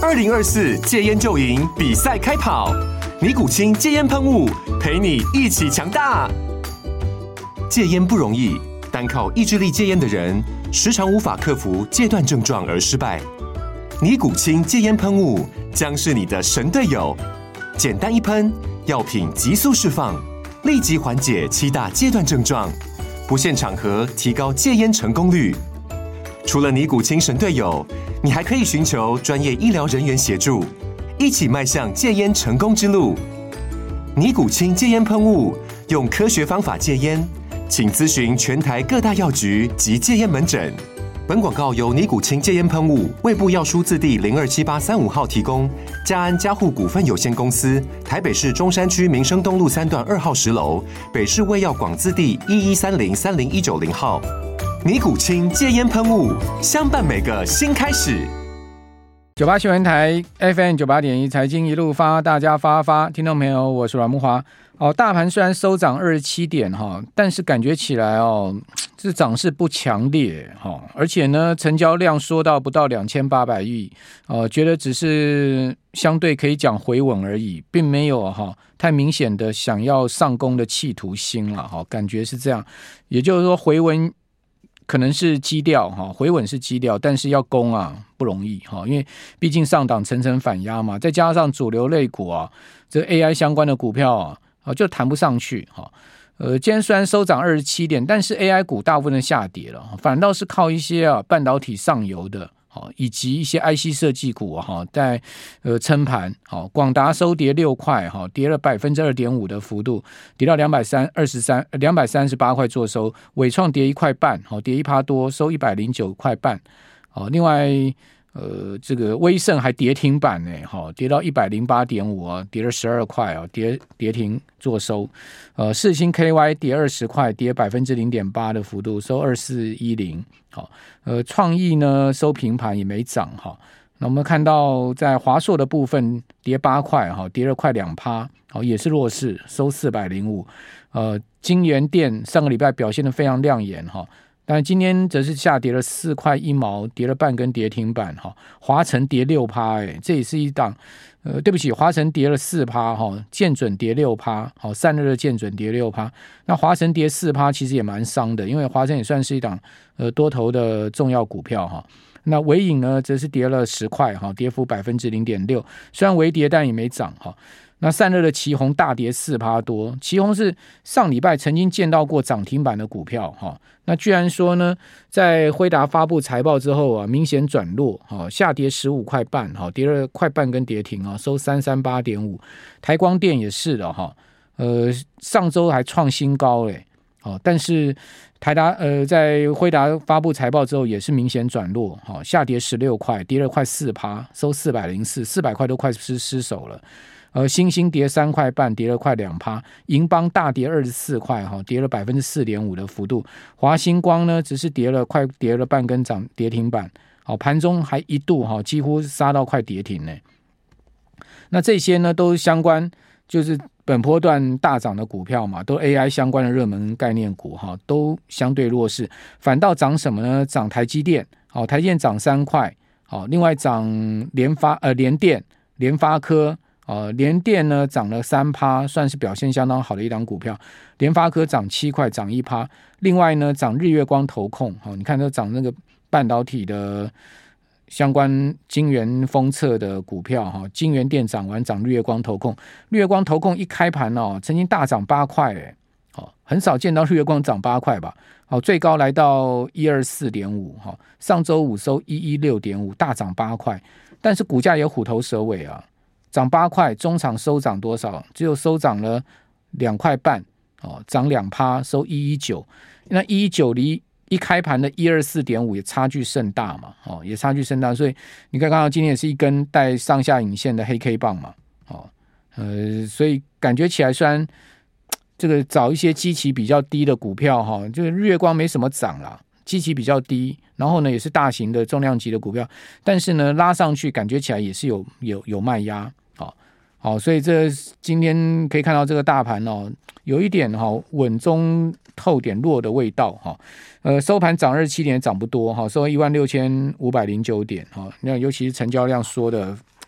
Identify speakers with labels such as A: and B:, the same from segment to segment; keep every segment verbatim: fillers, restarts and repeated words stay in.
A: 二零二四戒烟就赢比赛开跑，尼古清戒烟喷雾，陪你一起强大。戒烟不容易，单靠意志力戒烟的人，时常无法克服戒断症状而失败。尼古清戒烟喷雾将是你的神队友，简单一喷，药品急速释放，立即缓解七大戒断症状，不限场合提高戒烟成功率。除了尼古清神队友，你还可以寻求专业医疗人员协助，一起迈向戒烟成功之路。尼古清戒烟喷雾，用科学方法戒烟，请咨询全台各大药局及戒烟门诊。本广告由尼古清戒烟喷雾、卫部药书字第零二七八三五号提供，嘉安嘉护股份有限公司，台北市中山区民生东路三段二号十楼，北市卫药广字第一一三零三零一九零号。尼古清戒烟喷雾，相伴每个新开始。
B: 九八新闻台 F M 九八点一，财经一路发，大家发发，听众朋友，我是阮慕骅。哦，大盘虽然收涨二十七点哈，但是感觉起来哦，这涨势不强烈哈，而且呢，成交量说到不到两千八百亿，哦，觉得只是相对可以讲回稳而已，并没有哈太明显的想要上攻的企图心了哈，感觉是这样，也就是说回稳。可能是基调哈，回稳是基调，但是要攻啊不容易哈，因为毕竟上档层层反压嘛，再加上主流类股啊，这 A I 相关的股票啊，就弹不上去哈。呃，今天虽然收涨二十七点，但是 A I 股大部分的下跌了，反倒是靠一些啊半导体上游的。以及一些 I C 设计股在呃撑盘，广达收跌六块，跌了百分之二点五的幅度，跌到两百三二十三两百三十八块做收。伟创跌一块半，跌一趴多，收一百零九块半。另外呃这个威盛还跌停板呢，跌到一百零八点五啊，跌了十二块啊，跌跌停做收。呃，世芯 K Y 跌二十块，跌百分之零点八的幅度，收二四一零。好，呃，创意呢收平盘也没涨哈。那我们看到在华硕的部分跌八块哈，跌了快两趴，好也是弱势，收四百零五。呃，金源店上个礼拜表现得非常亮眼哈，但今天则是下跌了四块一毛，跌了半根跌停板哈。华城跌六趴，哎，这也是一档。呃，对不起，华城跌了四趴哈，建准跌六趴，好，散热的建准跌六趴，那华城跌四趴，其实也蛮伤的，因为华城也算是一档呃多头的重要股票哈。那微影呢，则是跌了十块哈，跌幅百分之零点六，虽然微跌，但也没涨哈。那散热的奇鋐大跌四趴多，奇鋐是上礼拜曾经见到过涨停板的股票哈，那居然说呢，在辉达发布财报之后啊，明显转弱哈，下跌十五块半哈，跌了快半根跌停啊，收三三八点五。台光电也是的哈，呃，上周还创新高嘞，哦，但是台达呃在辉达发布财报之后也是明显转弱哈，下跌十六块，跌了快四趴，收四百零四，四百块都快失失手了。呃，星星跌三块半，跌了快两趴；银邦大跌二十四块，哈，跌了百分之四点五的幅度。华星光呢，只是跌了快跌了半根涨跌停板，好，盘中还一度哈几乎杀到快跌停呢。那这些呢，都相关，就是本波段大涨的股票嘛，都 A I 相关的热门概念股哈，都相对弱势。反倒涨什么呢？涨台积电，好，台积电涨三块，好，另外涨联发呃联电、联发科。呃，联电呢涨了三趴，算是表现相当好的一档股票。联发科涨七块，涨一趴。另外呢，涨日月光投控，哦，你看它涨那个半导体的相关晶圆封测的股票，哈，晶圆电涨完涨日月光投控，日月光投控一开盘哦，曾经大涨八块，哎，哦，很少见到日月光涨八块吧？好，最高来到一二四点五，哈，上周五收一一六点五，大涨八块，但是股价也虎头蛇尾啊。涨八块，中场收涨多少？只有收涨了两块半，哦，涨两趴，收一一九。那一一九离一开盘的一二四点五也差距甚大嘛，哦，也差距甚大，所以你可以看到今天也是一根带上下影线的黑 K 棒嘛，哦，呃，所以感觉起来虽然这个找一些基期比较低的股票哈，就是日月光没什么涨啦。基期比较低，然后呢也是大型的重量级的股票，但是呢拉上去感觉起来也是有有有卖压，好，好，所以这今天可以看到这个大盘哦，有一点哈稳中透点弱的味道哈，呃收盘涨二十七点涨不多哈，收一万六千五百零九点哈，那尤其是成交量缩的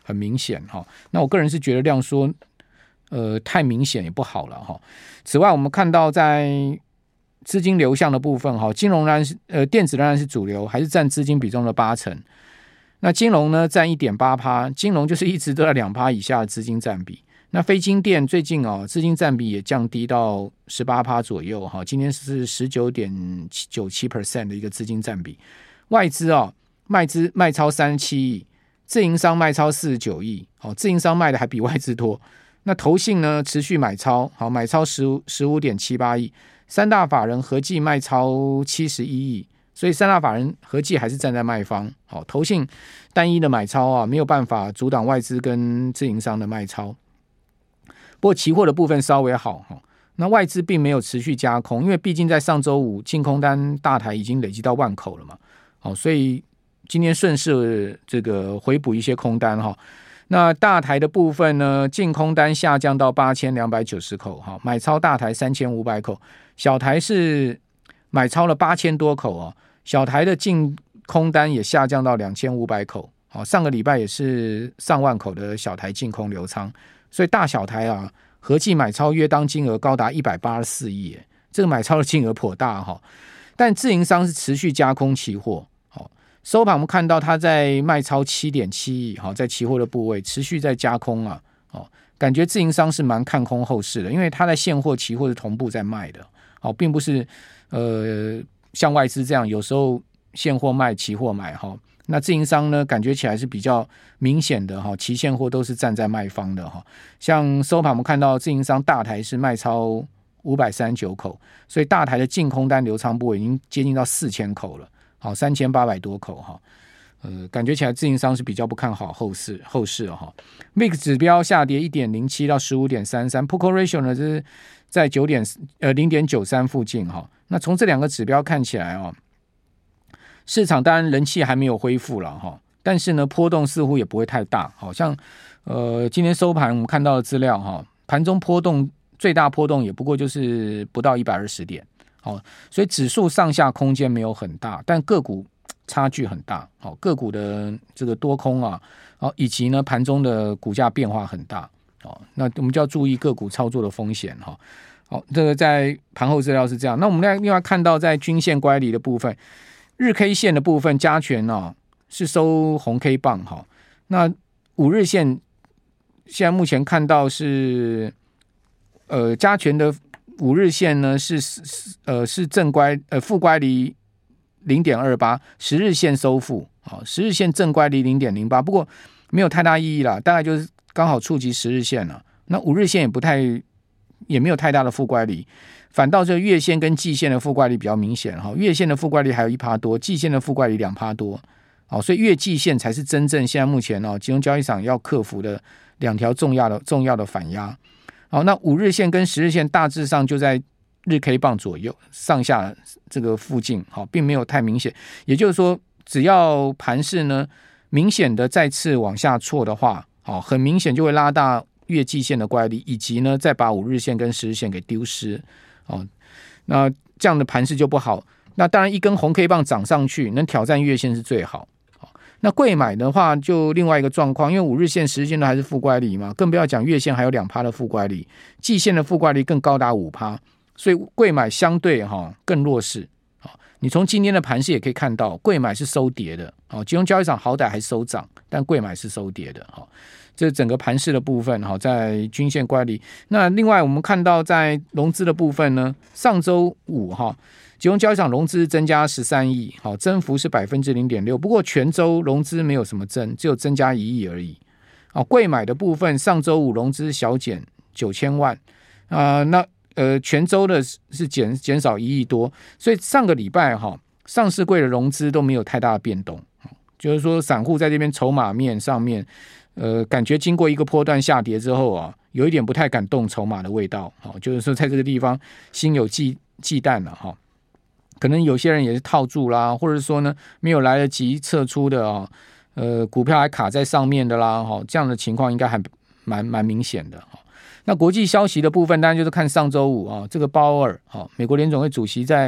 B: 很明显哈。那我个人是觉得量缩呃太明显也不好了哈。此外，我们看到在资金流向的部分哈，金融仍然是呃电子仍然是主流，还是占资金比重的八成。那金融呢占 一点八趴， 金融就是一直都在 百分之二 以下的资金占比。那非金电最近哦，资金占比也降低到 百分之十八 左右哈，今天是 百分之十九点九七 的一个资金占比。外资哦，卖资卖超三十七亿，自营商卖超四十九亿，好，自营商卖的还比外资多。那投信呢持续买超，好，买超 十五点七八亿，三大法人合计卖超七十一亿，所以三大法人合计还是站在卖方。好，投信单一的买超啊，没有办法阻挡外资跟自营商的卖超。不过期货的部分稍微好，那外资并没有持续加空，因为毕竟在上周五净空单大台已经累积到万口了嘛，好，所以今天顺势这个回补一些空单哈。那大台的部分呢，净空单下降到八千两百九十口哈，买超大台三千五百口，小台是买超了八千多口哦，小台的净空单也下降到两千五百口，好，上个礼拜也是上万口的小台净空流仓。所以大小台啊，合计买超约当金额高达一百八十四亿，这个买超的金额颇大哈。但自营商是持续加空期货，好，收盘我们看到它在卖超 七点七亿，好，在期货的部位持续在加空啊，好，感觉自营商是蛮看空后市的，因为它在现货、期货是同步在卖的，好，并不是呃像外资这样有时候现货卖、期货买哈。那自营商呢，感觉起来是比较明显的哈，期现货都是站在卖方的哈。像收盘我们看到自营商大台是卖超五百三十九口，所以大台的净空单流仓部位已经接近到四千口了，好，三千八百多口哈。呃，感觉起来自营商是比较不看好后市后市哈。M I X 指标下跌 一点零七 到 十五点三三， P/E ratio 呢是在九点呃 零点九三 附近哈。那从这两个指标看起来哦，市场当然人气还没有恢复了哈，但是呢波动似乎也不会太大，好像呃今天收盘我们看到的资料哈，盘中波动最大波动也不过就是不到一百二十点，好，所以指数上下空间没有很大，但个股差距很大，好，个股的这个多空啊，好，以及呢盘中的股价变化很大，好，那我们就要注意个股操作的风险哈。好，这个在盘后资料是这样，那我们另外看到在均线乖离的部分。日 K 线的部分加权哦是收红 K 棒哈，那五日线现在目前看到是呃加权的五日线呢是呃是正乖呃负乖离 零点二八， 十日线收负，好，十日线正乖离 零点零八， 不过没有太大意义啦，大概就是刚好触及十日线了，那五日线也不太也没有太大的负乖离。反倒这个月线跟季线的负乖离比较明显哈，月线的负乖离还有一趴多，季线的负乖离两趴多，好，所以月季线才是真正现在目前哦金融交易场要克服的两条重要的重要的反压。好，那五日线跟十日线大致上就在日 K 棒左右上下这个附近，好，并没有太明显。也就是说，只要盘势呢明显的再次往下挫的话，好，很明显就会拉大月季线的乖离，以及呢再把五日线跟十日线给丢失。哦，那这样的盘势就不好。那当然，一根红 K 棒涨上去，能挑战月线是最好。哦、那贵买的话，就另外一个状况，因为五日线、十日线都还是负乖离嘛，更不要讲月线还有两趴的负乖离，季线的负乖离更高达五趴，所以贵买相对哈、哦、更弱势。哦、你从今天的盘势也可以看到，贵买是收跌的。哦，金融交易场好歹还收涨，但贵买是收跌的。哦这整个盘势的部分，在均线乖离。那另外我们看到在融资的部分呢，上周五哈，金融交易场融资增加十三亿，好，增幅是百分之零点六。不过全周融资没有什么增，只有增加一亿而已。哦，贵买的部分上周五融资小减九千万啊、呃，那呃全周的是减减少一亿多，所以上个礼拜哈，上市柜的融资都没有太大的变动，就是说散户在这边筹码面上面。呃，感觉经过一个波段下跌之后啊，有一点不太敢动筹码的味道，哦，就是说在这个地方心有忌忌惮了哈。可能有些人也是套住啦，或者说呢没有来得及撤出的啊，呃，股票还卡在上面的啦，哈，这样的情况应该还蛮蛮明显的哈。那国际消息的部分，当然就是看上周五啊，这个鲍尔，哈，美国联总会主席在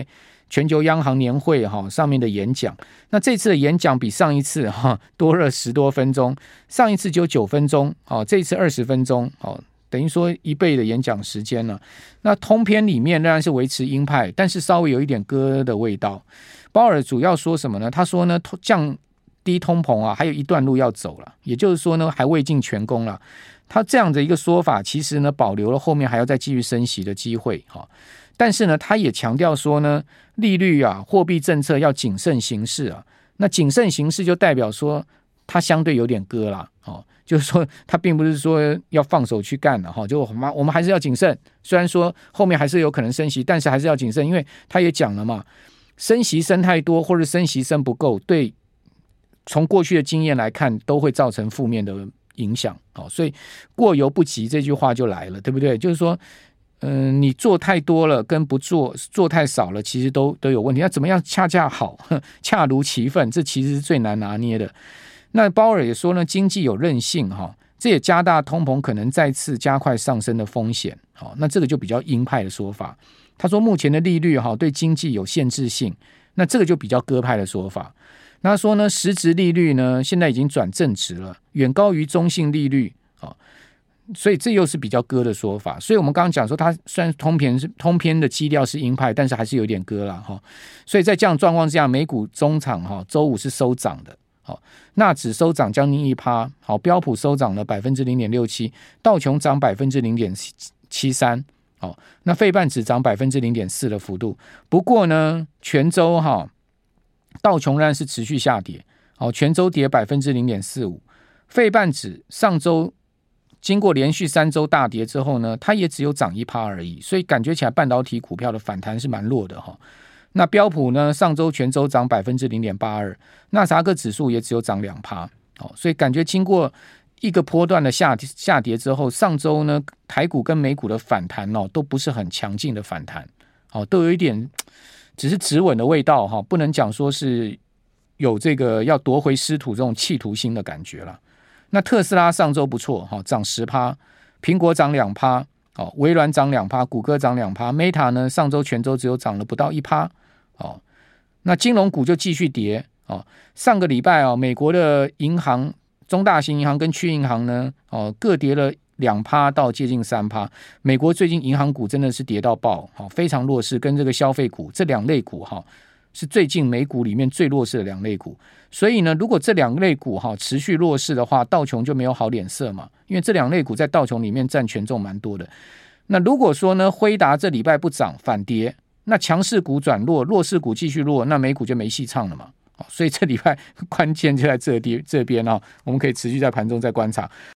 B: 全球央行年会哈上面的演讲。那这次的演讲比上一次哈多了十多分钟，上一次只有九分钟，哦，这一次二十分钟，哦，等于说一倍的演讲时间了。那通篇里面仍然是维持鹰派，但是稍微有一点鸽的味道。鲍尔主要说什么呢？他说呢，降低通膨啊，还有一段路要走了，也就是说呢，还未尽全功了。他这样的一个说法，其实呢，保留了后面还要再继续升息的机会哈。但是呢，他也强调说呢，利率啊、货币政策要谨慎行事啊。那谨慎行事就代表说，他相对有点鸽啦，哦，就是说他并不是说要放手去干了哈，就我们我们还是要谨慎。虽然说后面还是有可能升息，但是还是要谨慎，因为他也讲了嘛，升息升太多或者升息升不够，对从过去的经验来看，都会造成负面的影响。好，所以过犹不及这句话就来了，对不对？就是说。嗯、呃，你做太多了跟不做做太少了，其实都都有问题。那怎么样恰恰好，恰如其分，这其实是最难拿捏的。那鲍尔也说呢，经济有韧性哈，这也加大通膨可能再次加快上升的风险。好，那这个就比较鹰派的说法。他说目前的利率哈对经济有限制性，那这个就比较鸽派的说法。那他说呢，实质利率呢现在已经转正值了，远高于中性利率。所以这又是比较鸽的说法，所以我们刚刚讲说，它虽然通篇通篇的基调是鹰派，但是还是有点鸽啦哈。所以在这样状况之下，美股中场哈周五是收涨的，好，纳指收涨将近一趴，好，标普收涨了百分之零点六七，道琼涨百分之零点七三，好，那费半指涨百分之零点四的幅度。不过呢，全周哈道琼仍然是持续下跌，好，全周跌百分之零点四五，费半指上周。经过连续三周大跌之后呢，它也只有涨一趴而已，所以感觉起来半导体股票的反弹是蛮弱的哈。那标普呢，上周全周涨百分之零点八二，纳斯达克指数也只有涨两趴，哦，所以感觉经过一个波段的下下跌之后，上周呢台股跟美股的反弹哦，都不是很强劲的反弹，哦，都有一点只是止稳的味道哈，不能讲说是有这个要夺回失土这种企图心的感觉了。那特斯拉上周不错，涨 百分之十， 苹果涨 百分之二， 微软涨 百分之二， 谷歌涨 百分之二， Meta 呢上周全周只有涨了不到 百分之一。 那金融股就继续跌，上个礼拜美国的银行中大型银行跟区银行呢各跌了 百分之二 到接近 百分之三。 美国最近银行股真的是跌到爆，非常弱势，跟这个消费股这两类股是最近美股里面最弱势的两类股。所以呢，如果这两类股哈持续弱势的话，道琼就没有好脸色嘛，因为这两类股在道琼里面占权重蛮多的。那如果说呢，辉达这礼拜不涨反跌，那强势股转弱，弱势股继续弱，那美股就没戏唱了嘛。所以这礼拜关键就在这边这边哦，我们可以持续在盘中再观察。